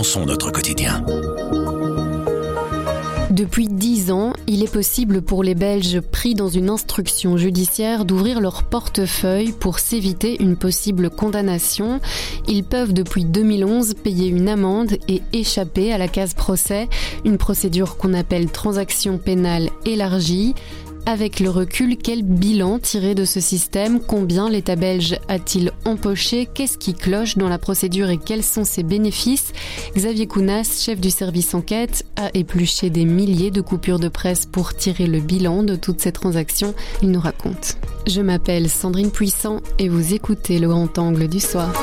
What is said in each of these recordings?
repensons notre quotidien. Depuis 10 ans, il est possible pour les Belges pris dans une instruction judiciaire d'ouvrir leur portefeuille pour s'éviter une possible condamnation. Ils peuvent depuis 2011 payer une amende et échapper à la case procès, une procédure qu'on appelle transaction pénale élargie. Avec le recul, quel bilan tirer de ce système ? Combien l'État belge a-t-il empoché ? Qu'est-ce qui cloche dans la procédure et quels sont ses bénéfices ? Xavier Kounas, chef du service enquête, a épluché des milliers de coupures de presse pour tirer le bilan de toutes ces transactions. Il nous raconte. Je m'appelle Sandrine Puissant et vous écoutez Le Grand Angle du soir.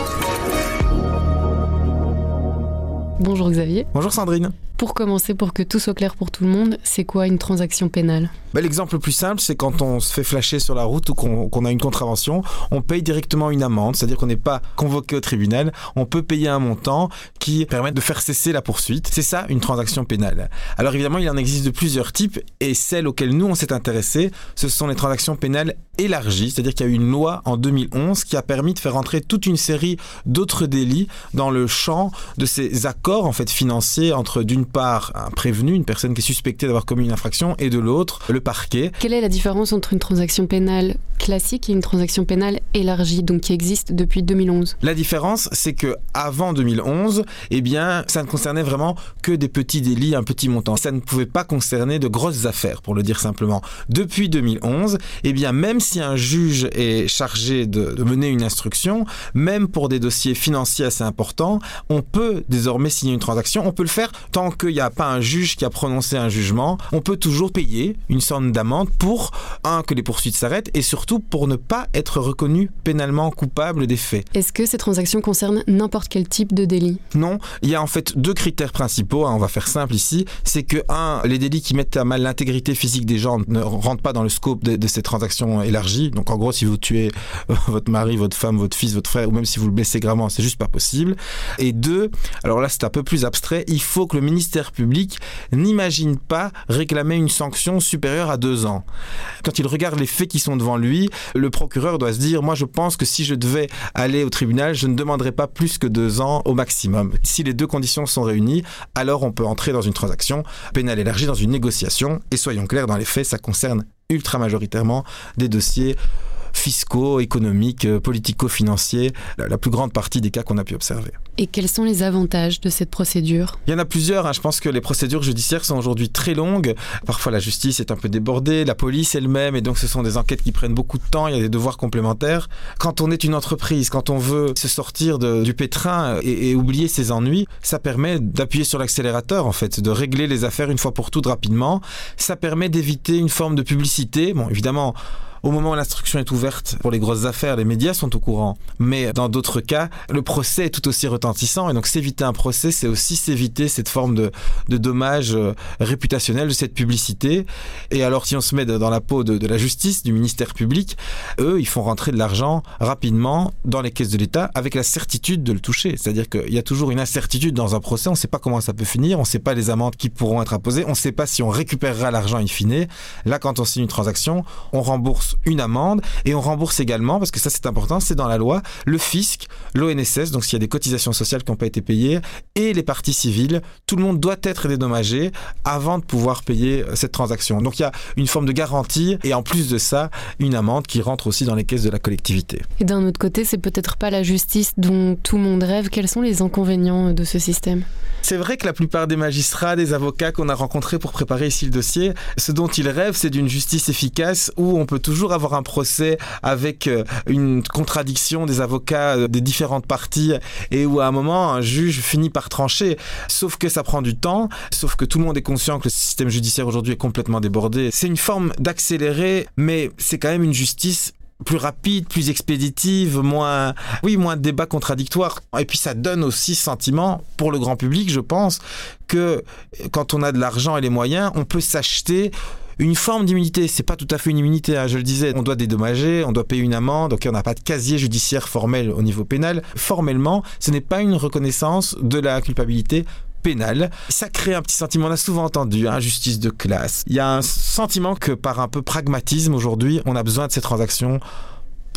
Bonjour Xavier. Bonjour Sandrine. Pour commencer, pour que tout soit clair pour tout le monde, c'est quoi une transaction pénale ? L'exemple le plus simple, c'est quand on se fait flasher sur la route ou qu'on a une contravention, on paye directement une amende, c'est-à-dire qu'on n'est pas convoqué au tribunal, on peut payer un montant qui permet de faire cesser la poursuite. C'est ça, une transaction pénale. Alors évidemment, il en existe de plusieurs types et celle auxquelles nous on s'est intéressé, ce sont les transactions pénales élargies, c'est-à-dire qu'il y a eu une loi en 2011 qui a permis de faire entrer toute une série d'autres délits dans le champ de ces accords en fait financiers entre d'une part un prévenu, une personne qui est suspectée d'avoir commis une infraction, et de l'autre le parquet. Quelle est la différence entre une transaction pénale classique et une transaction pénale élargie, donc qui existe depuis 2011 ? La différence, c'est que avant 2011, eh bien, ça ne concernait vraiment que des petits délits, un petit montant. Ça ne pouvait pas concerner de grosses affaires, pour le dire simplement. Depuis 2011, eh bien, même si un juge est chargé de mener une instruction, même pour des dossiers financiers assez importants, on peut désormais signer une transaction. On peut le faire tant qu'il n'y a pas un juge qui a prononcé un jugement. On peut toujours payer une somme d'amende pour, que les poursuites s'arrêtent et surtout pour ne pas être reconnu pénalement coupable des faits. Est-ce que ces transactions concernent n'importe quel type de délit ? Non, il y a en fait deux critères principaux, on va faire simple ici, c'est que les délits qui mettent à mal l'intégrité physique des gens ne rentrent pas dans le scope de ces transactions élargies. Donc en gros, si vous tuez votre mari, votre femme, votre fils, votre frère, ou même si vous le blessez gravement, c'est juste pas possible. Et deux, alors là c'est un peu plus abstrait, il faut que le ministère public n'imagine pas réclamer une sanction supérieure à 2 ans. Quand il regarde les faits qui sont devant lui, le procureur doit se dire, moi je pense que si je devais aller au tribunal, je ne demanderais pas plus que 2 ans au maximum. Si les deux conditions sont réunies, alors on peut entrer dans une transaction pénale élargie, dans une négociation. Et soyons clairs, dans les faits, ça concerne ultra majoritairement des dossiers fiscaux, économiques, politico-financiers, la plus grande partie des cas qu'on a pu observer. Et quels sont les avantages de cette procédure ? Il y en a plusieurs. Je pense que les procédures judiciaires sont aujourd'hui très longues. Parfois, la justice est un peu débordée, la police elle-même, et donc ce sont des enquêtes qui prennent beaucoup de temps. Il y a des devoirs complémentaires. Quand on est une entreprise, quand on veut se sortir du pétrin et oublier ses ennuis, ça permet d'appuyer sur l'accélérateur, en fait, de régler les affaires une fois pour toutes rapidement. Ça permet d'éviter une forme de publicité. Bon, évidemment, au moment où l'instruction est ouverte pour les grosses affaires, les médias sont au courant. Mais dans d'autres cas, le procès est tout aussi retentissant. Et donc s'éviter un procès, c'est aussi s'éviter cette forme de dommage réputationnel de cette publicité. Et alors si on se met dans la peau de la justice, du ministère public, eux, ils font rentrer de l'argent rapidement dans les caisses de l'État avec la certitude de le toucher. C'est-à-dire qu'il y a toujours une incertitude dans un procès. On ne sait pas comment ça peut finir. On ne sait pas les amendes qui pourront être imposées. On ne sait pas si on récupérera l'argent in fine. Là, quand on signe une transaction, on rembourse une amende et on rembourse également, parce que ça c'est important, c'est dans la loi, le fisc, l'ONSS, donc s'il y a des cotisations sociales qui n'ont pas été payées, et les parties civiles. Tout le monde doit être dédommagé avant de pouvoir payer cette transaction. Donc il y a une forme de garantie et en plus de ça, une amende qui rentre aussi dans les caisses de la collectivité. Et d'un autre côté, c'est peut-être pas la justice dont tout le monde rêve. Quels sont les inconvénients de ce système ? C'est vrai que la plupart des magistrats, des avocats qu'on a rencontrés pour préparer ici le dossier, ce dont ils rêvent, c'est d'une justice efficace où on peut toujours avoir un procès avec une contradiction des avocats des différentes parties et où à un moment, un juge finit par trancher. Sauf que ça prend du temps, sauf que tout le monde est conscient que le système judiciaire aujourd'hui est complètement débordé. C'est une forme d'accélérer, mais c'est quand même une justice plus rapide, plus expéditive, moins de débats contradictoires. Et puis ça donne aussi ce sentiment, pour le grand public, je pense, que quand on a de l'argent et les moyens, on peut s'acheter une forme d'immunité. C'est pas tout à fait une immunité, je le disais. On doit dédommager, on doit payer une amende, donc on n'a pas de casier judiciaire formel au niveau pénal. Formellement, ce n'est pas une reconnaissance de la culpabilité pénale. Ça crée un petit sentiment, on a souvent entendu, justice de classe. Il y a un sentiment que par un peu pragmatisme aujourd'hui, on a besoin de ces transactions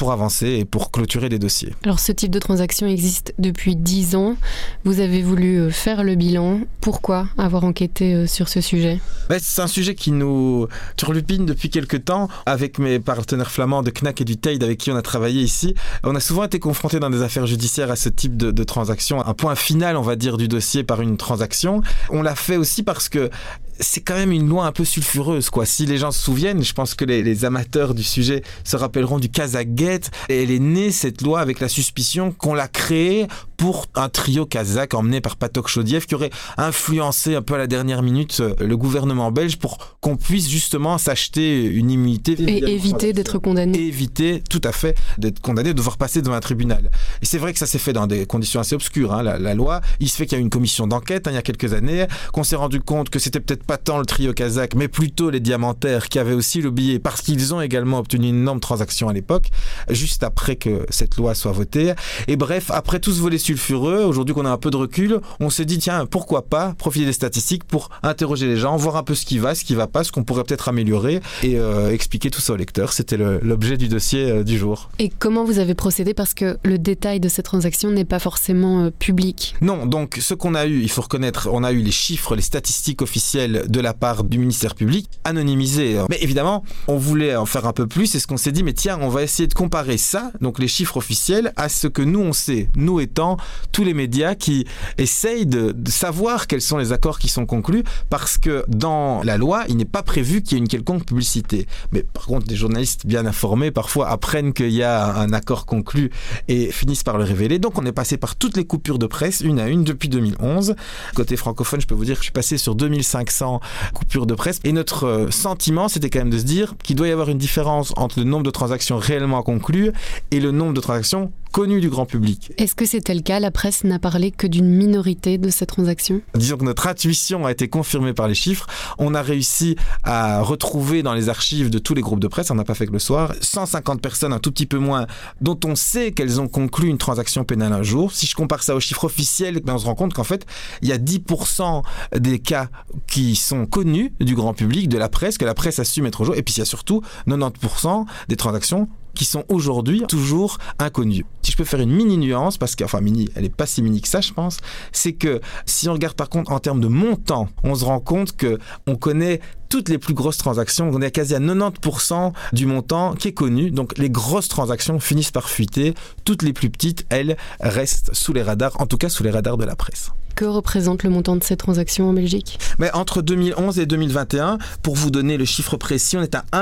pour avancer et pour clôturer les dossiers. Alors ce type de transaction existe depuis 10 ans. Vous avez voulu faire le bilan. Pourquoi avoir enquêté sur ce sujet ? C'est un sujet qui nous turlupine depuis quelques temps. Avec mes partenaires flamands de Knack et du Teid avec qui on a travaillé ici, on a souvent été confrontés dans des affaires judiciaires à ce type de transaction. Un point final, on va dire, du dossier par une transaction. On l'a fait aussi parce que c'est quand même une loi un peu sulfureuse, quoi. Si les gens se souviennent, je pense que les amateurs du sujet se rappelleront du Kazakh-Gate. Et elle est née, cette loi, avec la suspicion qu'on l'a créée pour un trio kazakh emmené par Patok Shodiev qui aurait influencé un peu à la dernière minute le gouvernement belge pour qu'on puisse justement s'acheter une immunité. Et éviter d'être condamné. Et éviter, tout à fait, d'être condamné, de devoir passer devant un tribunal. Et c'est vrai que ça s'est fait dans des conditions assez obscures, hein, la loi. Il se fait qu'il y a eu une commission d'enquête, il y a quelques années, qu'on s'est rendu compte que c'était peut-être pas tant le trio kazakh, mais plutôt les diamantaires qui avaient aussi lobbyé parce qu'ils ont également obtenu une énorme transaction à l'époque, juste après que cette loi soit votée. Et bref, après tout ce volet sulfureux, aujourd'hui qu'on a un peu de recul, on s'est dit, tiens, pourquoi pas profiter des statistiques pour interroger les gens, voir un peu ce qui va pas, ce qu'on pourrait peut-être améliorer et expliquer tout ça aux lecteurs. C'était l'objet du dossier du jour. Et comment vous avez procédé, parce que le détail de cette transaction n'est pas forcément public? Non, donc ce qu'on a eu, il faut reconnaître, on a eu les chiffres, les statistiques officielles de la part du ministère public, anonymisées. Mais évidemment, on voulait en faire un peu plus, et ce qu'on s'est dit, mais tiens, on va essayer de comparer ça, donc les chiffres officiels, à ce que nous on sait, nous étant tous les médias qui essayent de savoir quels sont les accords qui sont conclus, parce que dans la loi, il n'est pas prévu qu'il y ait une quelconque publicité. Mais par contre, les journalistes bien informés parfois apprennent qu'il y a un accord conclu et finissent par le révéler. Donc on est passé par toutes les coupures de presse, une à une, depuis 2011. Côté francophone, je peux vous dire que je suis passé sur 2500 coupures de presse. Et notre sentiment, c'était quand même de se dire qu'il doit y avoir une différence entre le nombre de transactions réellement conclues et le nombre de transactions connues du grand public. Est-ce que c'était le cas? La presse n'a parlé que d'une minorité de ces transactions? Disons que notre intuition a été confirmée par les chiffres. On a réussi à retrouver dans les archives de tous les groupes de presse, on n'a pas fait que le soir, 150 personnes, un tout petit peu moins, dont on sait qu'elles ont conclu une transaction pénale un jour. Si je compare ça aux chiffres officiels, on se rend compte qu'en fait, il y a 10% des cas qui sont connus du grand public, de la presse, que la presse a su mettre au jour. Et puis il y a surtout 90% des transactions qui sont aujourd'hui toujours inconnus. Si je peux faire une mini nuance, parce que, enfin mini, elle n'est pas si mini que ça, je pense, c'est que si on regarde par contre en termes de montant, on se rend compte qu'on connaît toutes les plus grosses transactions, on est quasi à 90% du montant qui est connu. Donc les grosses transactions finissent par fuiter. Toutes les plus petites, elles, restent sous les radars, en tout cas sous les radars de la presse. Que représente le montant de ces transactions en Belgique? Mais entre 2011 et 2021, pour vous donner le chiffre précis, on est à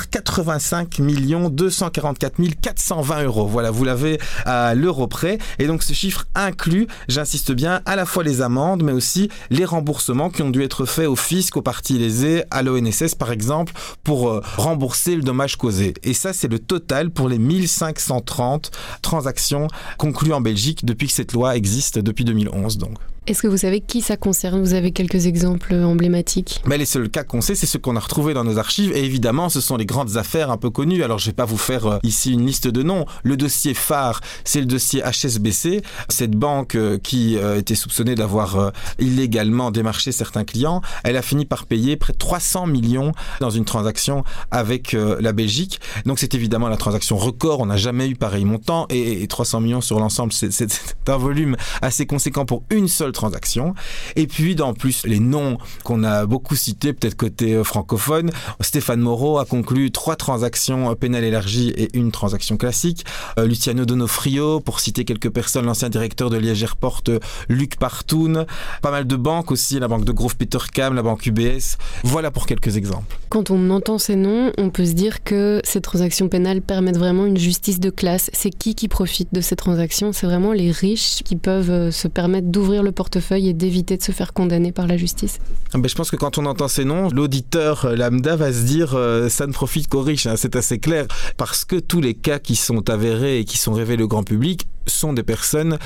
1,85 244 420 €. Voilà, vous l'avez à l'euro près. Et donc ce chiffre inclut, j'insiste bien, à la fois les amendes, mais aussi les remboursements qui ont dû être faits au fisc, aux parties lésées, à l'ONSS par exemple, pour rembourser le dommage causé. Et ça, c'est le total pour les 1530 transactions conclues en Belgique depuis que cette loi existe, depuis 2011 donc. Est-ce que vous savez qui ça concerne? Vous avez quelques exemples emblématiques? Mais les seuls cas qu'on sait, c'est ceux qu'on a retrouvés dans nos archives. Et évidemment, ce sont les grandes affaires un peu connues. Alors, je ne vais pas vous faire ici une liste de noms. Le dossier phare, c'est le dossier HSBC. Cette banque qui était soupçonnée d'avoir illégalement démarché certains clients. Elle a fini par payer près de 300 millions dans une transaction avec la Belgique. Donc, c'est évidemment la transaction record. On n'a jamais eu pareil montant. Et 300 millions sur l'ensemble, c'est un volume assez conséquent pour une seule transaction. Et puis, en plus, les noms qu'on a beaucoup cités, peut-être côté francophone, Stéphane Moreau a conclu 3 transactions pénales élargies et une transaction classique. Luciano Donofrio, pour citer quelques personnes, l'ancien directeur de Liège Airport, Luc Partoun, pas mal de banques aussi, la banque de Grove Petercam, la banque UBS. Voilà pour quelques exemples. Quand on entend ces noms, on peut se dire que ces transactions pénales permettent vraiment une justice de classe. C'est qui profite de ces transactions? C'est vraiment les riches qui peuvent se permettre d'ouvrir le portefeuille et d'éviter de se faire condamner par la justice. Je pense que quand on entend ces noms, l'auditeur lambda va se dire ça ne profite qu'aux riches, hein, c'est assez clair, parce que tous les cas qui sont avérés et qui sont révélés au grand public sont des personnes,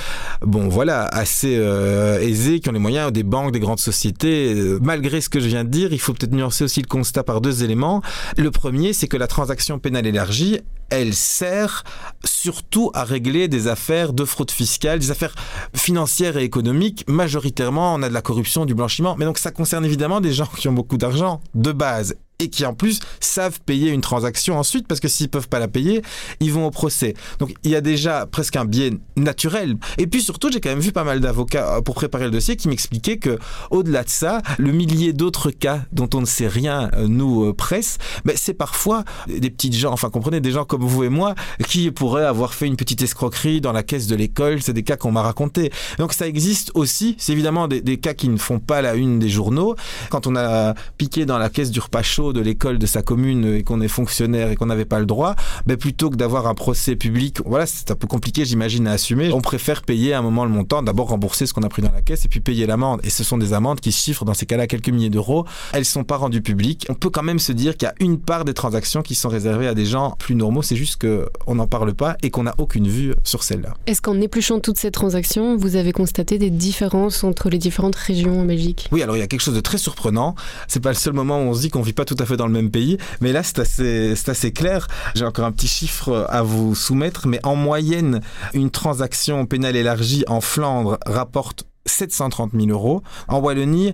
assez aisées, qui ont les moyens, des banques, des grandes sociétés. Malgré ce que je viens de dire, il faut peut-être nuancer aussi le constat par 2 éléments. Le premier, c'est que la transaction pénale élargie, elle sert surtout à régler des affaires de fraude fiscale, des affaires financières et économiques. Majoritairement, on a de la corruption, du blanchiment, mais donc ça concerne évidemment des gens qui ont beaucoup d'argent, de base. et qui en plus savent payer une transaction ensuite, parce que s'ils peuvent pas la payer, ils vont au procès. Donc il y a déjà presque un biais naturel. Et puis surtout, j'ai quand même vu pas mal d'avocats pour préparer le dossier qui m'expliquaient que au-delà de ça, le millier d'autres cas dont on ne sait rien, nous, presse, mais c'est parfois des petites gens, enfin comprenez, des gens comme vous et moi, qui pourraient avoir fait une petite escroquerie dans la caisse de l'école. C'est des cas qu'on m'a racontés. Donc ça existe aussi. C'est évidemment des cas qui ne font pas la une des journaux. Quand on a piqué dans la caisse du repas chaud de l'école de sa commune et qu'on est fonctionnaire et qu'on n'avait pas le droit, plutôt que d'avoir un procès public, voilà, c'est un peu compliqué, j'imagine, à assumer. On préfère payer à un moment le montant, d'abord rembourser ce qu'on a pris dans la caisse et puis payer l'amende. Et ce sont des amendes qui se chiffrent dans ces cas-là à quelques milliers d'euros. Elles sont pas rendues publiques. On peut quand même se dire qu'il y a une part des transactions qui sont réservées à des gens plus normaux. C'est juste qu'on n'en parle pas et qu'on n'a aucune vue sur celle-là. Est-ce qu'en épluchant toutes ces transactions, vous avez constaté des différences entre les différentes régions en Belgique ? Oui, alors il y a quelque chose de très surprenant. C'est pas le seul moment où on se dit qu'on vit pas tout à fait dans le même pays, mais là c'est assez clair. J'ai encore un petit chiffre à vous soumettre, mais en moyenne, une transaction pénale élargie en Flandre rapporte 730 000 euros. En Wallonie,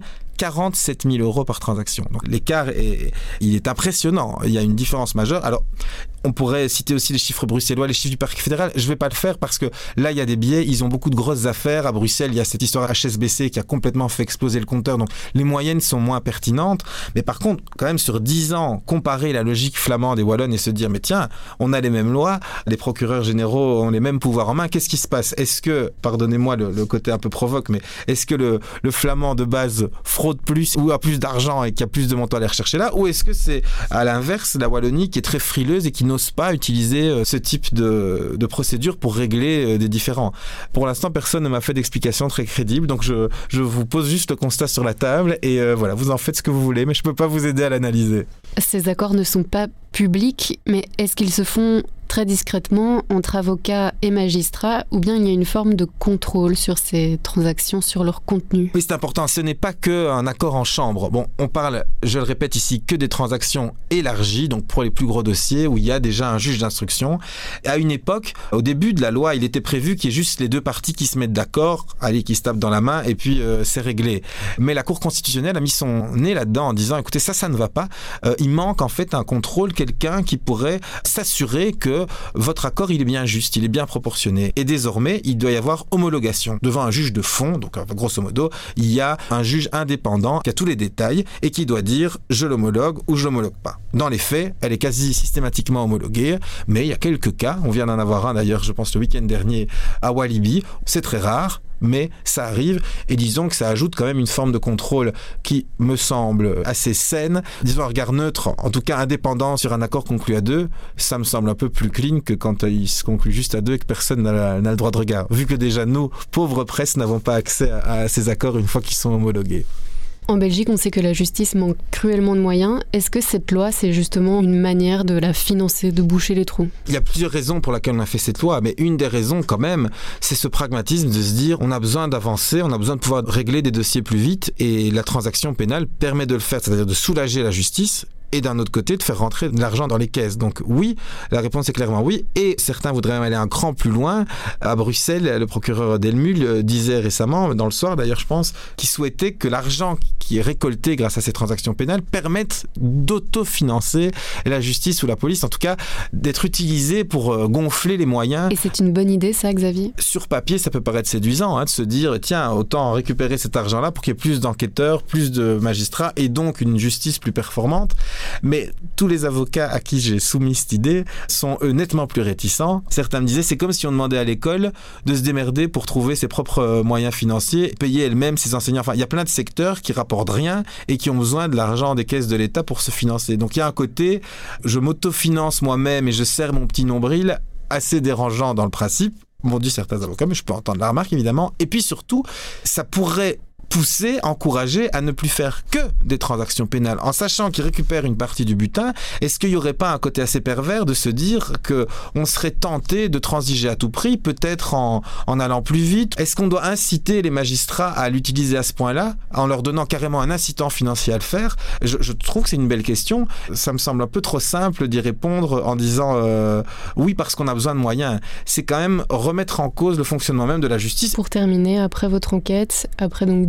47 000 euros par transaction. Donc l'écart il est impressionnant. Il y a une différence majeure. Alors, on pourrait citer aussi les chiffres bruxellois, les chiffres du parquet fédéral. Je ne vais pas le faire parce que là, il y a des biais. Ils ont beaucoup de grosses affaires. À Bruxelles, il y a cette histoire HSBC qui a complètement fait exploser le compteur. Donc, les moyennes sont moins pertinentes. Mais par contre, quand même, sur 10 ans, comparer la logique flamande et wallonne et se dire, mais tiens, on a les mêmes lois, les procureurs généraux ont les mêmes pouvoirs en main. Qu'est-ce qui se passe ? Est-ce que, pardonnez-moi le côté un peu provoque, mais est-ce que le flamand de base fraude plus ou a plus d'argent et qui a plus de montants à aller rechercher là, ou est-ce que c'est à l'inverse la Wallonie qui est très frileuse et qui n'ose pas utiliser ce type de procédure pour régler des différends? Pour l'instant, personne ne m'a fait d'explication très crédible, donc je vous pose juste le constat sur la table et voilà, vous en faites ce que vous voulez, mais je ne peux pas vous aider à l'analyser. Ces accords ne sont pas publics, mais est-ce qu'ils se font très discrètement entre avocats et magistrats, ou bien il y a une forme de contrôle sur ces transactions, sur leur contenu? Oui, c'est important. Ce n'est pas qu'un accord en chambre. Bon, on parle, je le répète ici, que des transactions élargies, donc pour les plus gros dossiers où il y a déjà un juge d'instruction. À une époque, au début de la loi, il était prévu qu'il y ait juste les deux parties qui se mettent d'accord, allez, qui se tapent dans la main, et puis c'est réglé. Mais la Cour constitutionnelle a mis son nez là-dedans en disant, écoutez, ça ne va pas. Il manque en fait un contrôle, quelqu'un qui pourrait s'assurer que votre accord, il est bien juste, il est bien proportionné. Et désormais, il doit y avoir homologation devant un juge de fond. Donc, grosso modo, il y a un juge indépendant qui a tous les détails et qui doit dire je l'homologue ou je l'homologue pas. Dans les faits, elle est quasi systématiquement homologuée, mais il y a quelques cas. On vient d'en avoir un d'ailleurs, je pense, le week-end dernier à Walibi. C'est très rare, mais ça arrive, et disons que ça ajoute quand même une forme de contrôle qui me semble assez saine. Disons un regard neutre, en tout cas indépendant sur un accord conclu à deux, ça me semble un peu plus clean que quand il se conclut juste à deux et que personne n'a le droit de regard. Vu que déjà nous, pauvres presse, n'avons pas accès à ces accords une fois qu'ils sont homologués. En Belgique, on sait que la justice manque cruellement de moyens. Est-ce que cette loi, c'est justement une manière de la financer, de boucher les trous ? Il y a plusieurs raisons pour lesquelles on a fait cette loi, mais une des raisons quand même, c'est ce pragmatisme de se dire on a besoin d'avancer, on a besoin de pouvoir régler des dossiers plus vite, et la transaction pénale permet de le faire, c'est-à-dire de soulager la justice, et d'un autre côté, de faire rentrer de l'argent dans les caisses. Donc oui, la réponse est clairement oui. Et certains voudraient même aller un cran plus loin. À Bruxelles, le procureur Delmul disait récemment, dans le soir d'ailleurs je pense, qu'il souhaitait que l'argent qui est récolté grâce à ces transactions pénales permette d'autofinancer la justice ou la police, en tout cas d'être utilisé pour gonfler les moyens. Et c'est une bonne idée ça, Xavier ? Sur papier, ça peut paraître séduisant, de se dire tiens, autant récupérer cet argent-là pour qu'il y ait plus d'enquêteurs, plus de magistrats et donc une justice plus performante. Mais tous les avocats à qui j'ai soumis cette idée sont eux nettement plus réticents. Certains me disaient c'est comme si on demandait à l'école de se démerder pour trouver ses propres moyens financiers, payer elle-même ses enseignants. Enfin, il y a plein de secteurs qui rapportent rien et qui ont besoin de l'argent des caisses de l'État pour se financer. Donc il y a un côté, je m'autofinance moi-même et je serre mon petit nombril, assez dérangeant dans le principe, m'ont dit certains avocats, mais je peux entendre la remarque évidemment. Et puis surtout, ça pourrait pousser, encourager à ne plus faire que des transactions pénales. En sachant qu'ils récupèrent une partie du butin, est-ce qu'il n'y aurait pas un côté assez pervers de se dire qu'on serait tenté de transiger à tout prix, peut-être en allant plus vite? Est-ce qu'on doit inciter les magistrats à l'utiliser à ce point-là, en leur donnant carrément un incitant financier à le faire? Je trouve que c'est une belle question. Ça me semble un peu trop simple d'y répondre en disant oui parce qu'on a besoin de moyens. C'est quand même remettre en cause le fonctionnement même de la justice. Pour terminer, après votre enquête, après donc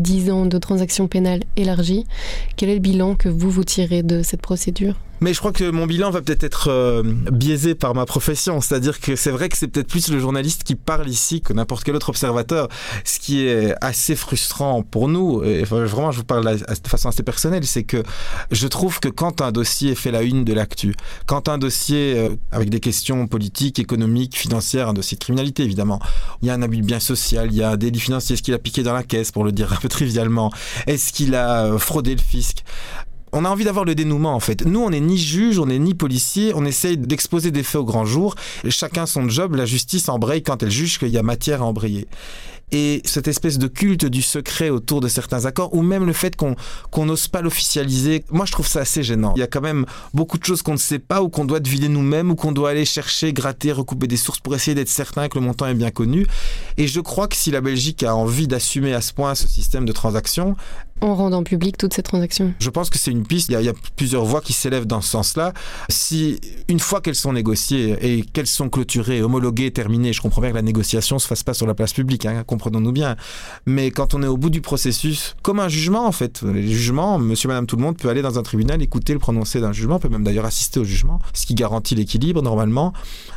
10 ans de transactions pénales élargies. Quel est le bilan que vous tirez de cette procédure ? Mais je crois que mon bilan va peut-être être biaisé par ma profession. C'est-à-dire que c'est vrai que c'est peut-être plus le journaliste qui parle ici que n'importe quel autre observateur. Ce qui est assez frustrant pour nous, et vraiment je vous parle de façon assez personnelle, c'est que je trouve que quand un dossier fait la une de l'actu, quand un dossier avec des questions politiques, économiques, financières, un dossier de criminalité évidemment, il y a un abus de bien social, il y a un délit financier, est-ce qu'il a piqué dans la caisse pour le dire un peu trivialement, est-ce qu'il a fraudé le fisc ? On a envie d'avoir le dénouement en fait. Nous, on n'est ni juge, on n'est ni policier, on essaye d'exposer des faits au grand jour. Chacun son job, la justice embraye quand elle juge qu'il y a matière à embrayer. Et cette espèce de culte du secret autour de certains accords, ou même le fait qu'on n'ose pas l'officialiser, moi je trouve ça assez gênant. Il y a quand même beaucoup de choses qu'on ne sait pas, ou qu'on doit deviner nous-mêmes, ou qu'on doit aller chercher, gratter, recouper des sources pour essayer d'être certain que le montant est bien connu. Et je crois que si la Belgique a envie d'assumer à ce point ce système de transaction, en rendant public toutes ces transactions. Je pense que c'est une piste. Il y a plusieurs voix qui s'élèvent dans ce sens-là. Si, une fois qu'elles sont négociées et qu'elles sont clôturées, homologuées, terminées, je comprends bien que la négociation ne se fasse pas sur la place publique, comprenons-nous bien. Mais quand on est au bout du processus, comme un jugement en fait, les jugements, monsieur, madame, tout le monde peut aller dans un tribunal, écouter le prononcé d'un jugement, peut même d'ailleurs assister au jugement, ce qui garantit l'équilibre normalement.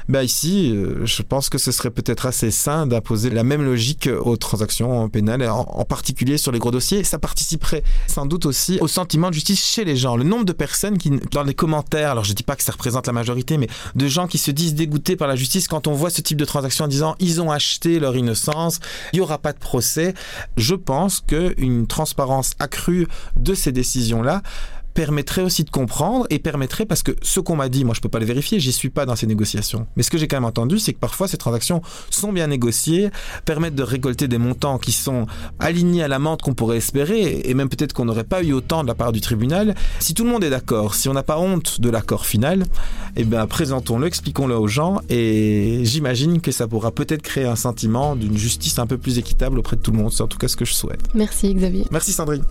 Ici, je pense que ce serait peut-être assez sain d'imposer la même logique aux transactions pénales, en particulier sur les gros dossiers. Ça participerait sans doute aussi au sentiment de justice chez les gens. Le nombre de personnes qui, dans les commentaires, alors je ne dis pas que ça représente la majorité, mais de gens qui se disent dégoûtés par la justice quand on voit ce type de transaction en disant ils ont acheté leur innocence, il n'y aura pas de procès. Je pense qu'une transparence accrue de ces décisions-là permettrait aussi de comprendre et permettrait, parce que ce qu'on m'a dit, moi je peux pas le vérifier, j'y suis pas dans ces négociations, mais ce que j'ai quand même entendu, c'est que parfois ces transactions sont bien négociées, permettent de récolter des montants qui sont alignés à l'amende qu'on pourrait espérer, et même peut-être qu'on n'aurait pas eu autant de la part du tribunal. Si tout le monde est d'accord, si on n'a pas honte de l'accord final, présentons-le, expliquons-le aux gens, et j'imagine que ça pourra peut-être créer un sentiment d'une justice un peu plus équitable auprès de tout le monde. C'est en tout cas ce que je souhaite. Merci Xavier. Merci Sandrine.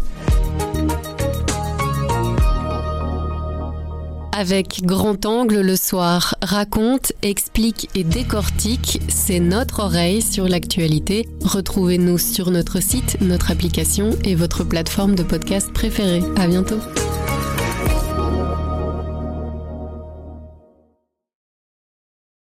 Avec Grand Angle le soir, raconte, explique et décortique, c'est notre oreille sur l'actualité. Retrouvez-nous sur notre site, notre application et votre plateforme de podcast préférée. À bientôt.